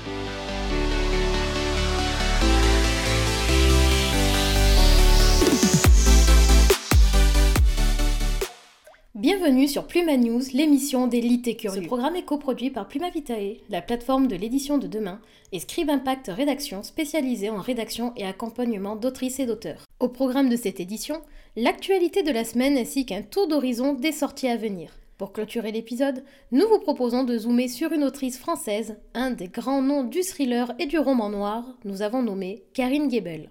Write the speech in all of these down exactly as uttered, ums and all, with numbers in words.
Bienvenue sur Pluma News, l'émission des Lit et Curieux. Ce programme est coproduit par Pluma Vitae, la plateforme de l'édition de demain, et Scribe Impact Rédaction, spécialisée en rédaction et accompagnement d'autrices et d'auteurs. Au programme de cette édition, l'actualité de la semaine ainsi qu'un tour d'horizon des sorties à venir. Pour clôturer l'épisode, nous vous proposons de zoomer sur une autrice française, un des grands noms du thriller et du roman noir, nous avons nommé Karine Gaebel.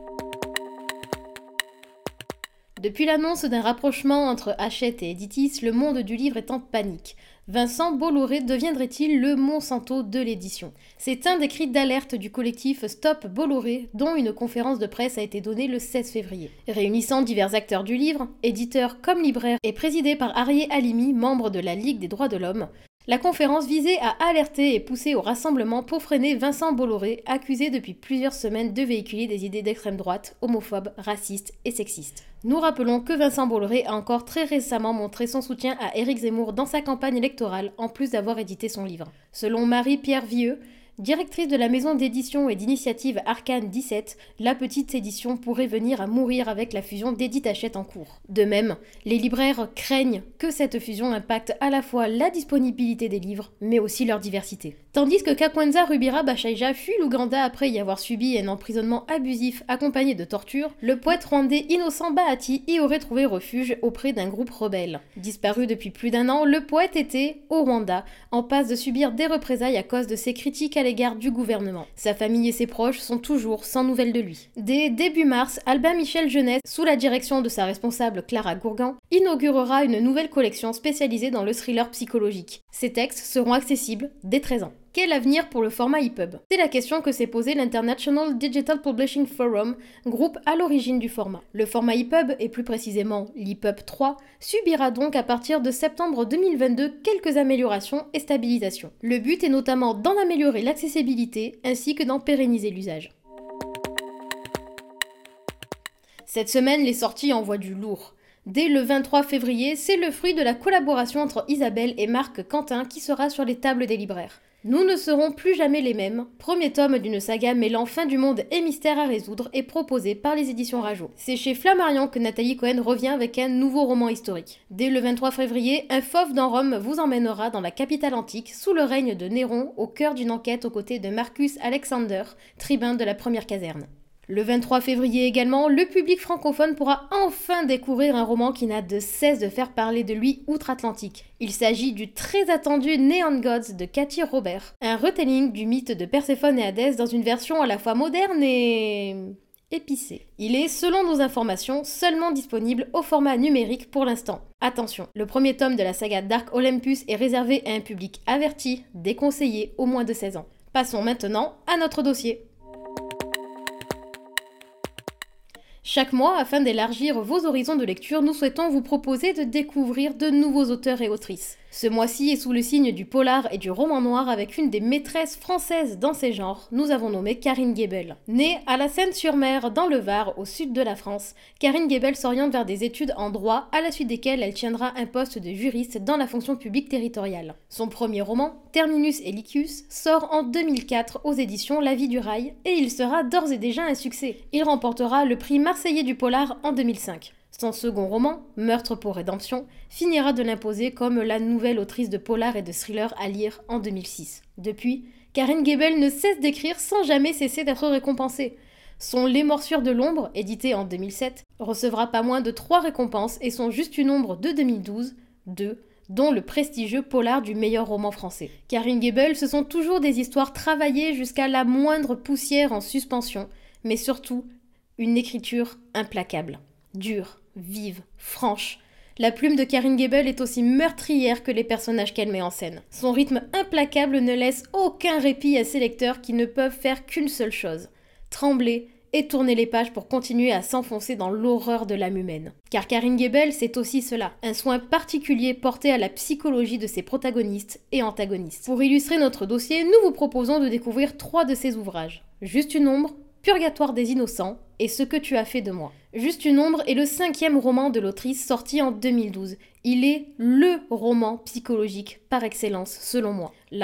Depuis l'annonce d'un rapprochement entre Hachette et Editis, le monde du livre est en panique. Vincent Bolloré deviendrait-il le Monsanto de l'édition ? C'est un des cris d'alerte du collectif Stop Bolloré, dont une conférence de presse a été donnée le seize février. Réunissant divers acteurs du livre, éditeurs comme libraires, et présidée par Arié Halimi, membre de la Ligue des droits de l'homme, la conférence visait à alerter et pousser au rassemblement pour freiner Vincent Bolloré, accusé depuis plusieurs semaines de véhiculer des idées d'extrême droite, homophobes, racistes et sexistes. Nous rappelons que Vincent Bolloré a encore très récemment montré son soutien à Éric Zemmour dans sa campagne électorale, en plus d'avoir édité son livre. Selon Marie-Pierre Vieux, directrice de la maison d'édition et d'initiative Arcane dix-sept, la petite édition pourrait venir à mourir avec la fusion d'Edith Hachette en cours. De même, les libraires craignent que cette fusion impacte à la fois la disponibilité des livres, mais aussi leur diversité. Tandis que Kakwenza Rubira Bachaïja fuit l'Ouganda après y avoir subi un emprisonnement abusif accompagné de torture, le poète rwandais Innocent Bahati y aurait trouvé refuge auprès d'un groupe rebelle. Disparu depuis plus d'un an, le poète était, au Rwanda, en passe de subir des représailles à cause de ses critiques à l'égard du gouvernement. Sa famille et ses proches sont toujours sans nouvelles de lui. Dès début mars, Albin Michel Jeunesse, sous la direction de sa responsable Clara Gourgan, inaugurera une nouvelle collection spécialisée dans le thriller psychologique. Ces textes seront accessibles dès treize ans. Quel avenir pour le format E P U B ? C'est la question que s'est posée l'International Digital Publishing Forum, groupe à l'origine du format. Le format E P U B, et plus précisément l'E P U B trois, subira donc à partir de septembre deux mille vingt-deux quelques améliorations et stabilisations. Le but est notamment d'en améliorer l'accessibilité ainsi que d'en pérenniser l'usage. Cette semaine, les sorties envoient du lourd. Dès le vingt-trois février, c'est le fruit de la collaboration entre Isabelle et Marc Quentin qui sera sur les tables des libraires. Nous ne serons plus jamais les mêmes, premier tome d'une saga mêlant fin du monde et mystère à résoudre et proposé par les éditions Rajo. C'est chez Flammarion que Nathalie Cohen revient avec un nouveau roman historique. Dès le vingt-trois février, un fauve dans Rome vous emmènera dans la capitale antique, sous le règne de Néron, au cœur d'une enquête aux côtés de Marcus Alexander, tribun de la première caserne. Le vingt-trois février également, le public francophone pourra enfin découvrir un roman qui n'a de cesse de faire parler de lui outre-Atlantique. Il s'agit du très attendu Neon Gods de Cathy Robert, un retelling du mythe de Perséphone et Hadès dans une version à la fois moderne et épicée. Il est, selon nos informations, seulement disponible au format numérique pour l'instant. Attention, le premier tome de la saga Dark Olympus est réservé à un public averti, déconseillé au moins de seize ans. Passons maintenant à notre dossier. Chaque mois, afin d'élargir vos horizons de lecture, nous souhaitons vous proposer de découvrir de nouveaux auteurs et autrices. Ce mois-ci est sous le signe du polar et du roman noir avec une des maîtresses françaises dans ces genres, nous avons nommé Karine Gaebel. Née à la Seine-sur-Mer, dans le Var, au sud de la France, Karine Gaebel s'oriente vers des études en droit, à la suite desquelles elle tiendra un poste de juriste dans la fonction publique territoriale. Son premier roman, Terminus et Lycius, sort en deux mille quatre aux éditions La Vie du Rail, et il sera d'ores et déjà un succès. Il remportera le prix Marseillais du polar en deux mille cinq. Son second roman, Meurtre pour rédemption, finira de l'imposer comme la nouvelle autrice de polar et de thriller à lire en deux mille six. Depuis, Karine Gaebel ne cesse d'écrire sans jamais cesser d'être récompensée. Son Les Morsures de l'ombre, édité en deux mille sept, recevra pas moins de trois récompenses et son Juste une ombre de deux mille douze, deux, dont le prestigieux polar du meilleur roman français. Karine Gaebel, ce sont toujours des histoires travaillées jusqu'à la moindre poussière en suspension, mais surtout une écriture implacable, dure, vive, franche. La plume de Karine Gaebel est aussi meurtrière que les personnages qu'elle met en scène. Son rythme implacable ne laisse aucun répit à ses lecteurs qui ne peuvent faire qu'une seule chose, trembler et tourner les pages pour continuer à s'enfoncer dans l'horreur de l'âme humaine. Car Karine Gaebel, c'est aussi cela, un soin particulier porté à la psychologie de ses protagonistes et antagonistes. Pour illustrer notre dossier, nous vous proposons de découvrir trois de ses ouvrages. Juste une ombre, Purgatoire des innocents et Ce que tu as fait de moi. Juste une ombre est le cinquième roman de l'autrice sorti en deux mille douze. Il est LE roman psychologique par excellence selon moi. Là,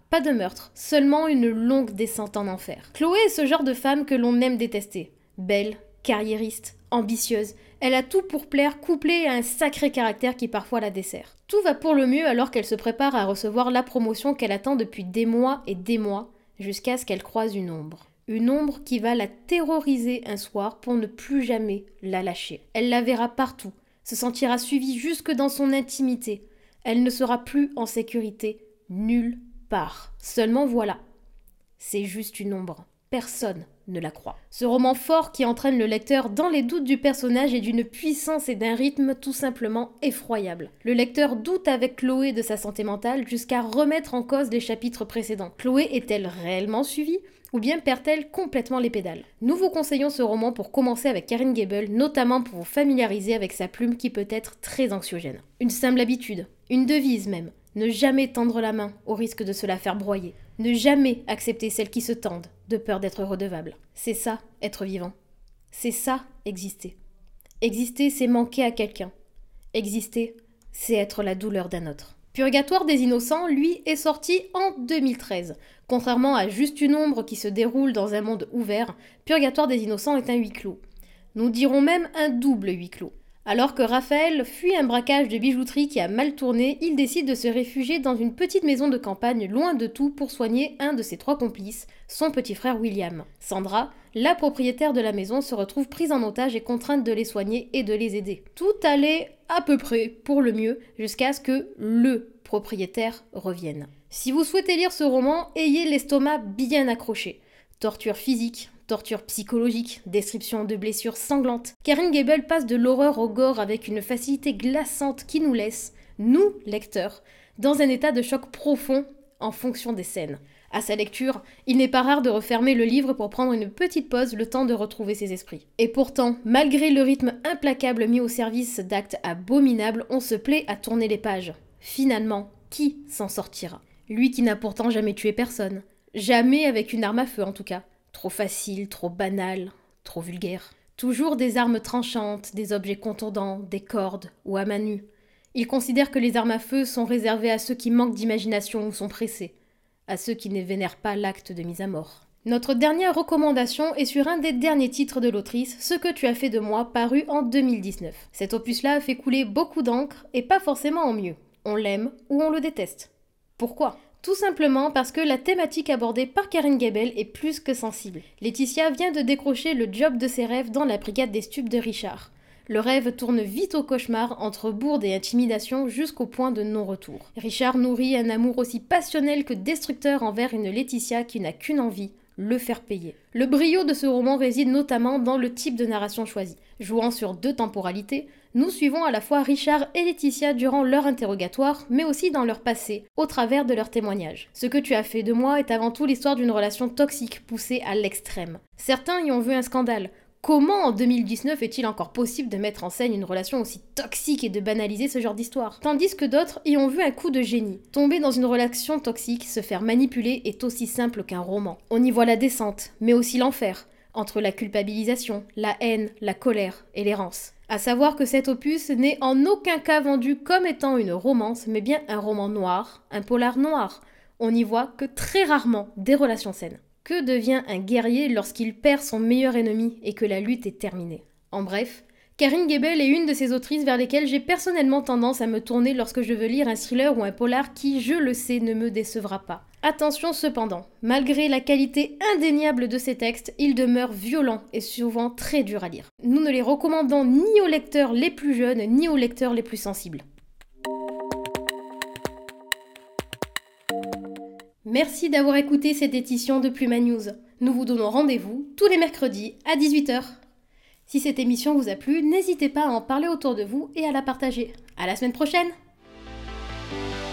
Pas de meurtre, seulement une longue descente en enfer. Chloé est ce genre de femme que l'on aime détester. Belle, carriériste, ambitieuse, elle a tout pour plaire, couplée à un sacré caractère qui parfois la dessert. Tout va pour le mieux alors qu'elle se prépare à recevoir la promotion qu'elle attend depuis des mois et des mois, jusqu'à ce qu'elle croise une ombre. Une ombre qui va la terroriser un soir pour ne plus jamais la lâcher. Elle la verra partout, se sentira suivie jusque dans son intimité. Elle ne sera plus en sécurité nulle part. Seulement voilà, c'est juste une ombre. Personne ne la croit. Ce roman fort qui entraîne le lecteur dans les doutes du personnage est d'une puissance et d'un rythme tout simplement effroyable. Le lecteur doute avec Chloé de sa santé mentale jusqu'à remettre en cause les chapitres précédents. Chloé est-elle réellement suivie ? Ou bien perd-elle complètement les pédales? Nous vous conseillons ce roman pour commencer avec Karine Gable, notamment pour vous familiariser avec sa plume qui peut être très anxiogène. Une simple habitude, une devise même, ne jamais tendre la main au risque de se la faire broyer. Ne jamais accepter celles qui se tendent, de peur d'être redevable. C'est ça, être vivant. C'est ça, exister. Exister, c'est manquer à quelqu'un. Exister, c'est être la douleur d'un autre. Purgatoire des innocents, lui, est sorti en deux mille treize. Contrairement à Juste une ombre qui se déroule dans un monde ouvert, Purgatoire des innocents est un huis clos. Nous dirons même un double huis clos. Alors que Raphaël fuit un braquage de bijouterie qui a mal tourné, il décide de se réfugier dans une petite maison de campagne loin de tout pour soigner un de ses trois complices, son petit frère William. Sandra, la propriétaire de la maison, se retrouve prise en otage et contrainte de les soigner et de les aider. Tout allait à peu près pour le mieux jusqu'à ce que le propriétaire revienne. Si vous souhaitez lire ce roman, ayez l'estomac bien accroché. Torture physique, torture psychologique, description de blessures sanglantes. Karine Gable passe de l'horreur au gore avec une facilité glaçante qui nous laisse, nous, lecteurs, dans un état de choc profond en fonction des scènes. À sa lecture, il n'est pas rare de refermer le livre pour prendre une petite pause, le temps de retrouver ses esprits. Et pourtant, malgré le rythme implacable mis au service d'actes abominables, on se plaît à tourner les pages. Finalement, qui s'en sortira? Lui qui n'a pourtant jamais tué personne. Jamais avec une arme à feu en tout cas. Trop facile, trop banal, trop vulgaire. Toujours des armes tranchantes, des objets contondants, des cordes ou à main nue. Il considère que les armes à feu sont réservées à ceux qui manquent d'imagination ou sont pressés, à ceux qui ne vénèrent pas l'acte de mise à mort. Notre dernière recommandation est sur un des derniers titres de l'autrice, Ce que tu as fait de moi, paru en deux mille dix-neuf. Cet opus-là a fait couler beaucoup d'encre et pas forcément en mieux. On l'aime ou on le déteste. Pourquoi ? Tout simplement parce que la thématique abordée par Karine Gable est plus que sensible. Laetitia vient de décrocher le job de ses rêves dans la brigade des stupes de Richard. Le rêve tourne vite au cauchemar entre bourde et intimidation jusqu'au point de non-retour. Richard nourrit un amour aussi passionnel que destructeur envers une Laetitia qui n'a qu'une envie, le faire payer. Le brio de ce roman réside notamment dans le type de narration choisi. Jouant sur deux temporalités, nous suivons à la fois Richard et Laetitia durant leur interrogatoire, mais aussi dans leur passé, au travers de leurs témoignages. Ce que tu as fait de moi est avant tout l'histoire d'une relation toxique poussée à l'extrême. Certains y ont vu un scandale. Comment en deux mille dix-neuf est-il encore possible de mettre en scène une relation aussi toxique et de banaliser ce genre d'histoire? Tandis que d'autres y ont vu un coup de génie. Tomber dans une relation toxique, se faire manipuler est aussi simple qu'un roman. On y voit la descente, mais aussi l'enfer, entre la culpabilisation, la haine, la colère et l'errance. À savoir que cet opus n'est en aucun cas vendu comme étant une romance, mais bien un roman noir, un polar noir. On n'y voit que très rarement des relations saines. Que devient un guerrier lorsqu'il perd son meilleur ennemi et que la lutte est terminée? En bref, Karine Gable est une de ces autrices vers lesquelles j'ai personnellement tendance à me tourner lorsque je veux lire un thriller ou un polar qui, je le sais, ne me décevra pas. Attention cependant, malgré la qualité indéniable de ces textes, ils demeurent violents et souvent très durs à lire. Nous ne les recommandons ni aux lecteurs les plus jeunes, ni aux lecteurs les plus sensibles. Merci d'avoir écouté cette édition de Pluma News. Nous vous donnons rendez-vous tous les mercredis à dix-huit heures. Si cette émission vous a plu, n'hésitez pas à en parler autour de vous et à la partager. À la semaine prochaine!